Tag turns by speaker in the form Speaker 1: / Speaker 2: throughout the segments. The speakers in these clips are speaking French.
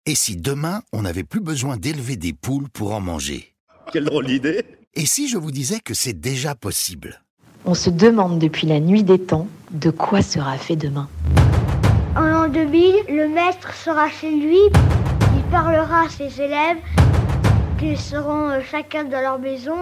Speaker 1: Et si demain, on n'avait plus besoin d'élever des poules pour en manger?
Speaker 2: Quelle drôle d'idée!
Speaker 1: Et si je vous disais que c'est déjà possible?
Speaker 3: On se demande depuis la nuit des temps de quoi sera fait demain.
Speaker 4: En l'an 2000, le maître sera chez lui, il parlera à ses élèves, qu'ils seront chacun dans leur maison.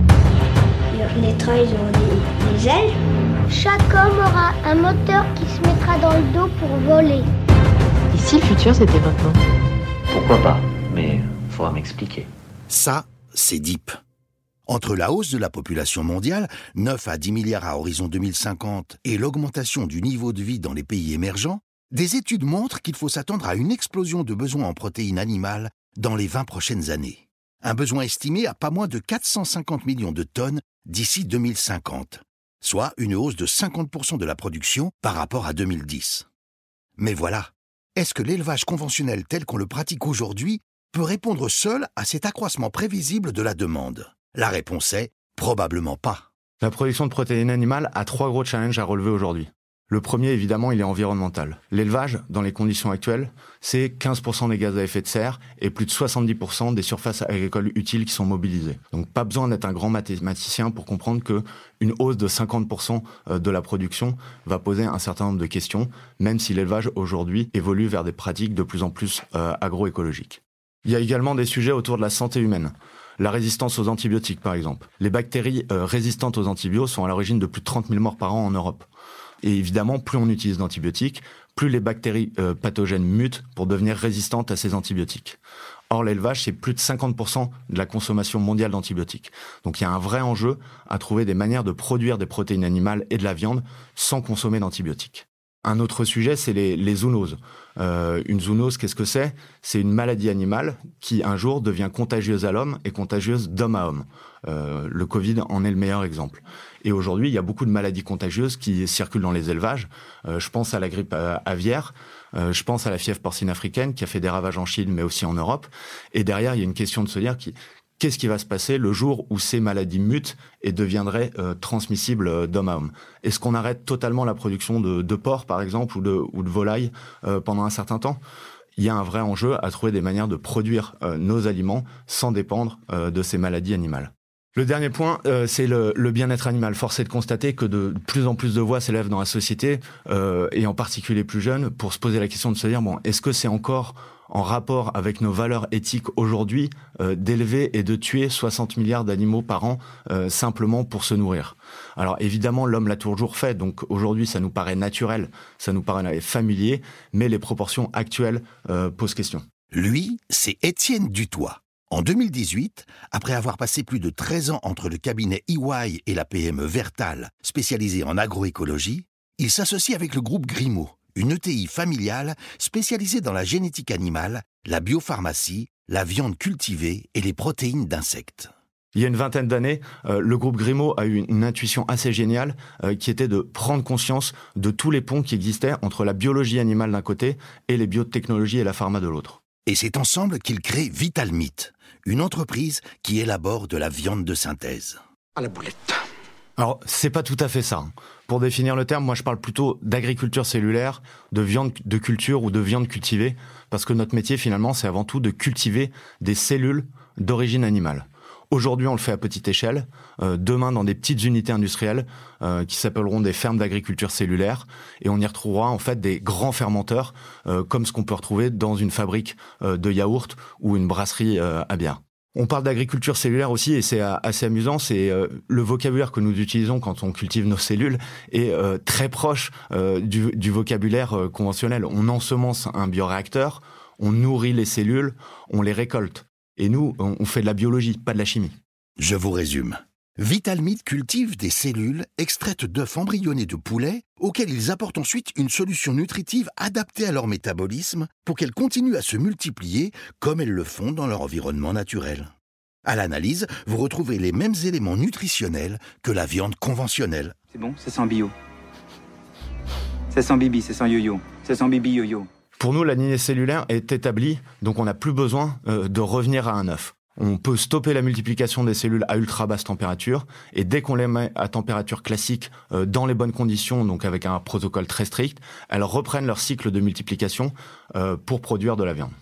Speaker 5: Les trains, ils auront des ailes.
Speaker 4: Chaque homme aura un moteur qui se mettra dans le dos pour voler.
Speaker 3: Et si le futur c'était maintenant?
Speaker 6: Pourquoi pas, mais faudra m'expliquer.
Speaker 1: Ça, c'est deep. Entre la hausse de la population mondiale, 9 à 10 milliards à horizon 2050, et l'augmentation du niveau de vie dans les pays émergents, des études montrent qu'il faut s'attendre à une explosion de besoins en protéines animales dans les 20 prochaines années. Un besoin estimé à pas moins de 450 millions de tonnes d'ici 2050, soit une hausse de 50% de la production par rapport à 2010. Mais voilà, est-ce que l'élevage conventionnel tel qu'on le pratique aujourd'hui peut répondre seul à cet accroissement prévisible de la demande? La réponse est probablement pas.
Speaker 7: La production de protéines animales a 3 gros challenges à relever aujourd'hui. Le premier, évidemment, il est environnemental. L'élevage, dans les conditions actuelles, c'est 15% des gaz à effet de serre et plus de 70% des surfaces agricoles utiles qui sont mobilisées. Donc pas besoin d'être un grand mathématicien pour comprendre qu'une hausse de 50% de la production va poser un certain nombre de questions, même si l'élevage aujourd'hui évolue vers des pratiques de plus en plus agroécologiques. Il y a également des sujets autour de la santé humaine. La résistance aux antibiotiques, par exemple. Les bactéries résistantes aux antibiotiques sont à l'origine de plus de 30 000 morts par an en Europe. Et évidemment, plus on utilise d'antibiotiques, plus les bactéries pathogènes mutent pour devenir résistantes à ces antibiotiques. Or, l'élevage, c'est plus de 50% de la consommation mondiale d'antibiotiques. Donc il y a un vrai enjeu à trouver des manières de produire des protéines animales et de la viande sans consommer d'antibiotiques. Un autre sujet, c'est les zoonoses. Une zoonose, qu'est-ce que c'est? C'est une maladie animale qui, un jour, devient contagieuse à l'homme et contagieuse d'homme à homme. Le Covid en est le meilleur exemple. Et aujourd'hui, il y a beaucoup de maladies contagieuses qui circulent dans les élevages. Je pense à la grippe aviaire, je pense à la fièvre porcine africaine qui a fait des ravages en Chine, mais aussi en Europe. Et derrière, il y a une question de se dire qu'est-ce qui va se passer le jour où ces maladies mutent et deviendraient transmissibles d'homme à homme? Est-ce qu'on arrête totalement la production de porc, par exemple, ou de volailles pendant un certain temps? Il y a un vrai enjeu à trouver des manières de produire nos aliments sans dépendre de ces maladies animales. Le dernier point, c'est le bien-être animal. Force est de constater que de plus en plus de voix s'élèvent dans la société, et en particulier plus jeunes, pour se poser la question de se dire, est-ce que c'est encore en rapport avec nos valeurs éthiques aujourd'hui d'élever et de tuer 60 milliards d'animaux par an simplement pour se nourrir? Alors évidemment, l'homme l'a toujours fait, donc aujourd'hui ça nous paraît naturel, ça nous paraît familier, mais les proportions actuelles posent question.
Speaker 1: Lui, c'est Étienne Dutoit. En 2018, après avoir passé plus de 13 ans entre le cabinet EY et la PME Vertal, spécialisée en agroécologie, il s'associe avec le groupe Grimaud, une ETI familiale spécialisée dans la génétique animale, la biopharmacie, la viande cultivée et les protéines d'insectes.
Speaker 7: Il y a une vingtaine d'années, le groupe Grimaud a eu une intuition assez géniale qui était de prendre conscience de tous les ponts qui existaient entre la biologie animale d'un côté et les biotechnologies et la pharma de l'autre.
Speaker 1: Et c'est ensemble qu'ils créent Vitalmeat, une entreprise qui élabore de la viande de synthèse.
Speaker 2: À la boulette.
Speaker 7: Alors, c'est pas tout à fait ça. Pour définir le terme, moi je parle plutôt d'agriculture cellulaire, de viande de culture ou de viande cultivée, parce que notre métier finalement c'est avant tout de cultiver des cellules d'origine animale. Aujourd'hui, on le fait à petite échelle. Demain, dans des petites unités industrielles qui s'appelleront des fermes d'agriculture cellulaire. Et on y retrouvera en fait des grands fermenteurs comme ce qu'on peut retrouver dans une fabrique de yaourt ou une brasserie à bière. On parle d'agriculture cellulaire aussi et c'est assez amusant. C'est le vocabulaire que nous utilisons quand on cultive nos cellules est très proche du vocabulaire conventionnel. On ensemence un bioréacteur, on nourrit les cellules, on les récolte. Et nous, on fait de la biologie, pas de la chimie.
Speaker 1: Je vous résume. Vitalmeat cultive des cellules extraites d'œufs embryonnés de poulet auxquels ils apportent ensuite une solution nutritive adaptée à leur métabolisme pour qu'elles continuent à se multiplier comme elles le font dans leur environnement naturel. À l'analyse, vous retrouvez les mêmes éléments nutritionnels que la viande conventionnelle.
Speaker 8: C'est bon, c'est sans bio. C'est sans bibi, c'est sans yo-yo. C'est sans bibi yo-yo.
Speaker 7: Pour nous, la lignée cellulaire est établie, donc on n'a plus besoin de revenir à un œuf. On peut stopper la multiplication des cellules à ultra basse température, et dès qu'on les met à température classique, dans les bonnes conditions, donc avec un protocole très strict, elles reprennent leur cycle de multiplication pour produire de la viande.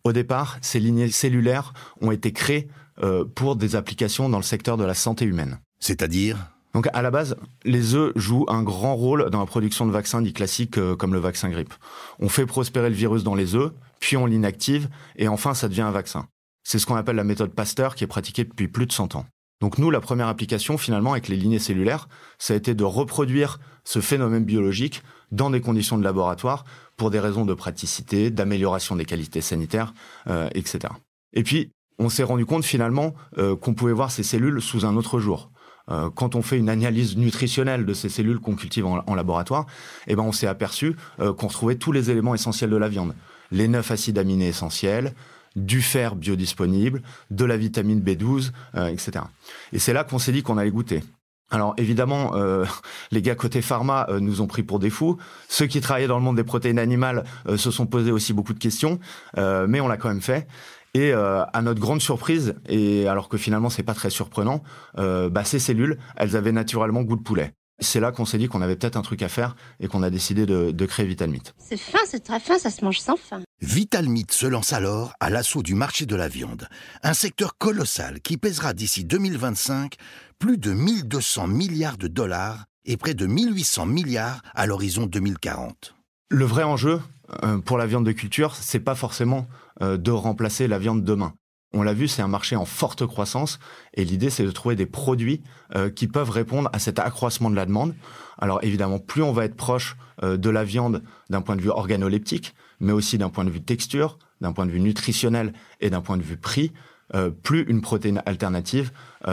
Speaker 7: Au départ, ces lignées cellulaires ont été créées pour des applications dans le secteur de la santé humaine.
Speaker 1: C'est-à-dire ?
Speaker 7: Donc à la base, les œufs jouent un grand rôle dans la production de vaccins dits classiques comme le vaccin grippe. On fait prospérer le virus dans les œufs, puis on l'inactive, et enfin ça devient un vaccin. C'est ce qu'on appelle la méthode Pasteur qui est pratiquée depuis plus de 100 ans. Donc nous, la première application finalement avec les lignées cellulaires, ça a été de reproduire ce phénomène biologique dans des conditions de laboratoire pour des raisons de praticité, d'amélioration des qualités sanitaires, etc. Et puis, on s'est rendu compte finalement qu'on pouvait voir ces cellules sous un autre jour. Quand on fait une analyse nutritionnelle de ces cellules qu'on cultive en laboratoire, eh ben on s'est aperçu qu'on retrouvait tous les éléments essentiels de la viande. Les 9 acides aminés essentiels, du fer biodisponible, de la vitamine B12, etc. Et c'est là qu'on s'est dit qu'on allait goûter. Alors évidemment, les gars côté pharma nous ont pris pour des fous. Ceux qui travaillaient dans le monde des protéines animales se sont posés aussi beaucoup de questions, mais on l'a quand même fait. Et à notre grande surprise, et alors que finalement c'est pas très surprenant, ces cellules, elles avaient naturellement goût de poulet. C'est là qu'on s'est dit qu'on avait peut-être un truc à faire et qu'on a décidé de créer Vitalmeat.
Speaker 2: C'est fin, c'est très fin, ça se mange sans faim.
Speaker 1: Vitalmeat se lance alors à l'assaut du marché de la viande, un secteur colossal qui pèsera d'ici 2025 plus de 1200 milliards de dollars et près de 1800 milliards à l'horizon 2040.
Speaker 7: Le vrai enjeu pour la viande de culture, c'est pas forcément de remplacer la viande demain. On l'a vu, c'est un marché en forte croissance et l'idée, c'est de trouver des produits qui peuvent répondre à cet accroissement de la demande. Alors évidemment, plus on va être proche de la viande d'un point de vue organoleptique, mais aussi d'un point de vue texture, d'un point de vue nutritionnel et d'un point de vue prix, plus une protéine alternative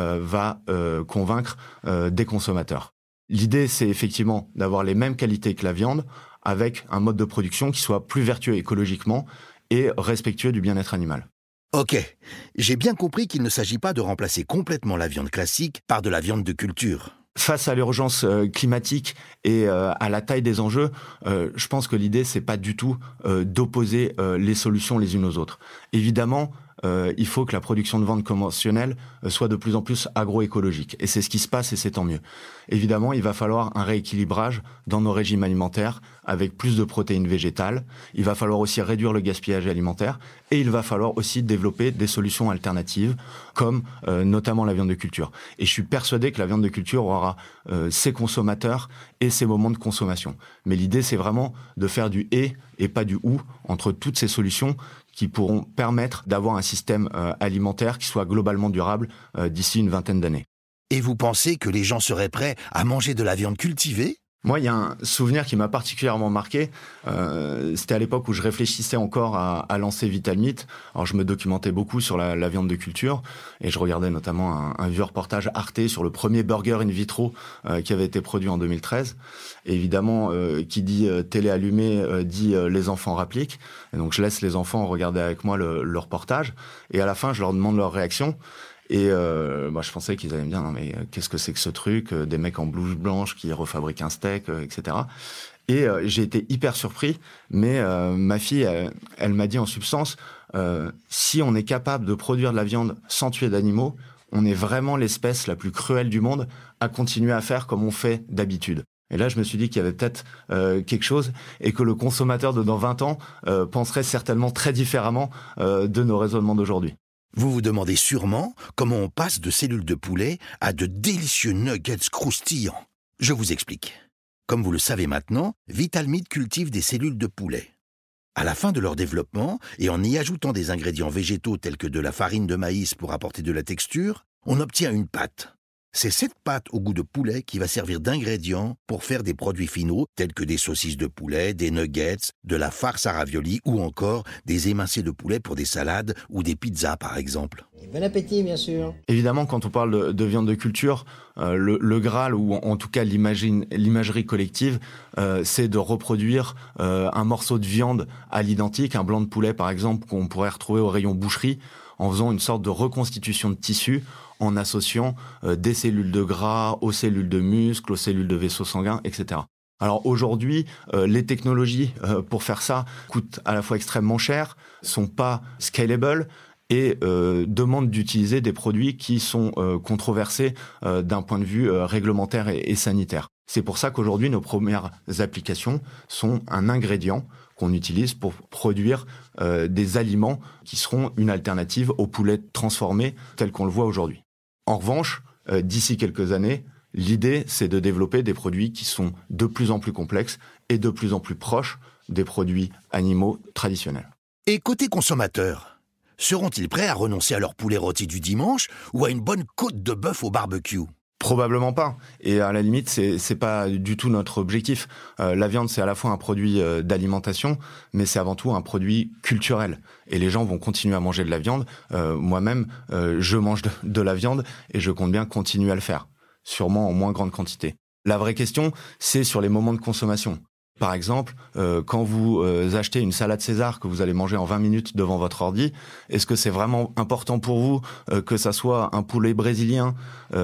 Speaker 7: va convaincre des consommateurs. L'idée, c'est effectivement d'avoir les mêmes qualités que la viande avec un mode de production qui soit plus vertueux écologiquement et respectueux du bien-être animal.
Speaker 1: Ok, j'ai bien compris qu'il ne s'agit pas de remplacer complètement la viande classique par de la viande de culture.
Speaker 7: Face à l'urgence climatique et à la taille des enjeux, je pense que l'idée, c'est pas du tout d'opposer les solutions les unes aux autres. Évidemment, il faut que la production de viande conventionnelle soit de plus en plus agroécologique. Et c'est ce qui se passe et c'est tant mieux. Évidemment, il va falloir un rééquilibrage dans nos régimes alimentaires avec plus de protéines végétales. Il va falloir aussi réduire le gaspillage alimentaire et il va falloir aussi développer des solutions alternatives comme notamment la viande de culture. Et je suis persuadé que la viande de culture aura ses consommateurs et ses moments de consommation. Mais l'idée, c'est vraiment de faire du et pas du ou entre toutes ces solutions qui pourront permettre d'avoir un système alimentaire qui soit globalement durable d'ici une vingtaine d'années.
Speaker 1: Et vous pensez que les gens seraient prêts à manger de la viande cultivée ?
Speaker 7: Moi, il y a un souvenir qui m'a particulièrement marqué. C'était à l'époque où je réfléchissais encore à lancer Vitalmeat. Alors, je me documentais beaucoup sur la viande de culture et je regardais notamment un vieux reportage Arte sur le premier burger in vitro qui avait été produit en 2013. Et évidemment, qui dit télé allumée dit les enfants rappliquent. Et donc, je laisse les enfants regarder avec moi le reportage. Et à la fin, je leur demande leur réaction. Et je pensais qu'ils allaient me dire non mais qu'est-ce que c'est que ce truc, des mecs en blouse blanche qui refabriquent un steak, etc. Et j'ai été hyper surpris, mais ma fille, elle m'a dit en substance, si on est capable de produire de la viande sans tuer d'animaux, on est vraiment l'espèce la plus cruelle du monde à continuer à faire comme on fait d'habitude. Et là, je me suis dit qu'il y avait peut-être quelque chose et que le consommateur de dans 20 ans penserait certainement très différemment de nos raisonnements d'aujourd'hui.
Speaker 1: Vous vous demandez sûrement comment on passe de cellules de poulet à de délicieux nuggets croustillants. Je vous explique. Comme vous le savez maintenant, Vitalmeat cultive des cellules de poulet. À la fin de leur développement, et en y ajoutant des ingrédients végétaux tels que de la farine de maïs pour apporter de la texture, on obtient une pâte. C'est cette pâte au goût de poulet qui va servir d'ingrédient pour faire des produits finaux tels que des saucisses de poulet, des nuggets, de la farce à raviolis ou encore des émincés de poulet pour des salades ou des pizzas par exemple.
Speaker 9: Et bon appétit bien sûr.
Speaker 7: Évidemment, quand on parle de viande de culture, le Graal ou en tout cas l'imagerie collective, c'est de reproduire un morceau de viande à l'identique, un blanc de poulet par exemple qu'on pourrait retrouver au rayon boucherie, en faisant une sorte de reconstitution de tissu en associant des cellules de gras aux cellules de muscles, aux cellules de vaisseaux sanguins, etc. Alors aujourd'hui, les technologies pour faire ça coûtent à la fois extrêmement cher, sont pas scalable et demandent d'utiliser des produits qui sont controversés d'un point de vue réglementaire et sanitaire. C'est pour ça qu'aujourd'hui, nos premières applications sont un ingrédient qu'on utilise pour produire des aliments qui seront une alternative au poulet transformé tel qu'on le voit aujourd'hui. En revanche, d'ici quelques années, l'idée, c'est de développer des produits qui sont de plus en plus complexes et de plus en plus proches des produits animaux traditionnels.
Speaker 1: Et côté consommateur, seront-ils prêts à renoncer à leur poulet rôti du dimanche ou à une bonne côte de bœuf au barbecue ?
Speaker 7: Probablement pas. Et à la limite, c'est pas du tout notre objectif. La viande, c'est à la fois un produit d'alimentation, mais c'est avant tout un produit culturel. Et les gens vont continuer à manger de la viande. Moi-même, je mange de la viande et je compte bien continuer à le faire, sûrement en moins grande quantité. La vraie question, c'est sur les moments de consommation. Par exemple, quand vous achetez une salade César que vous allez manger en 20 minutes devant votre ordi, est-ce que c'est vraiment important pour vous que ça soit un poulet brésilien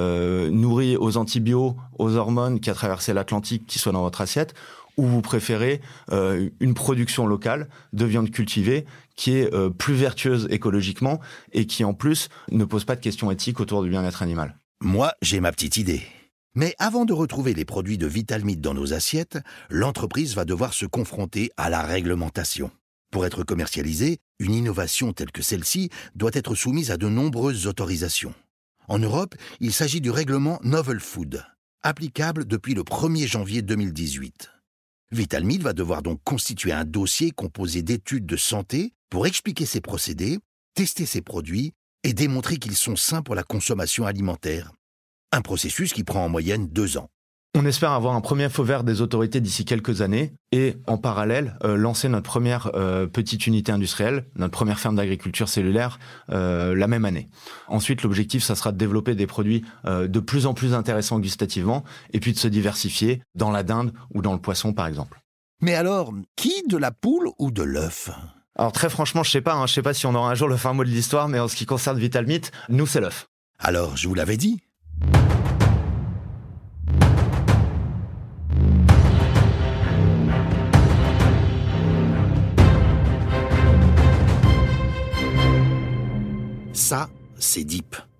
Speaker 7: nourri aux antibiotiques, aux hormones, qui a traversé l'Atlantique, qui soit dans votre assiette, ou vous préférez une production locale de viande cultivée qui est plus vertueuse écologiquement et qui en plus ne pose pas de questions éthiques autour du bien-être animal ?
Speaker 1: Moi, j'ai ma petite idée. Mais avant de retrouver les produits de Vitalmeat dans nos assiettes, l'entreprise va devoir se confronter à la réglementation. Pour être commercialisée, une innovation telle que celle-ci doit être soumise à de nombreuses autorisations. En Europe, il s'agit du règlement Novel Food, applicable depuis le 1er janvier 2018. Vitalmeat va devoir donc constituer un dossier composé d'études de santé pour expliquer ses procédés, tester ses produits et démontrer qu'ils sont sains pour la consommation alimentaire. Un processus qui prend en moyenne 2 ans.
Speaker 7: On espère avoir un premier feu vert des autorités d'ici quelques années et, en parallèle, lancer notre première petite unité industrielle, notre première ferme d'agriculture cellulaire, la même année. Ensuite, l'objectif, ça sera de développer des produits de plus en plus intéressants gustativement et puis de se diversifier dans la dinde ou dans le poisson, par exemple.
Speaker 1: Mais alors, qui de la poule ou de l'œuf ?
Speaker 7: Alors très franchement, je sais pas si on aura un jour le fin mot de l'histoire, mais en ce qui concerne Vitalmeat, nous, c'est l'œuf.
Speaker 1: Alors, je vous l'avais dit. Ça, c'est Deep.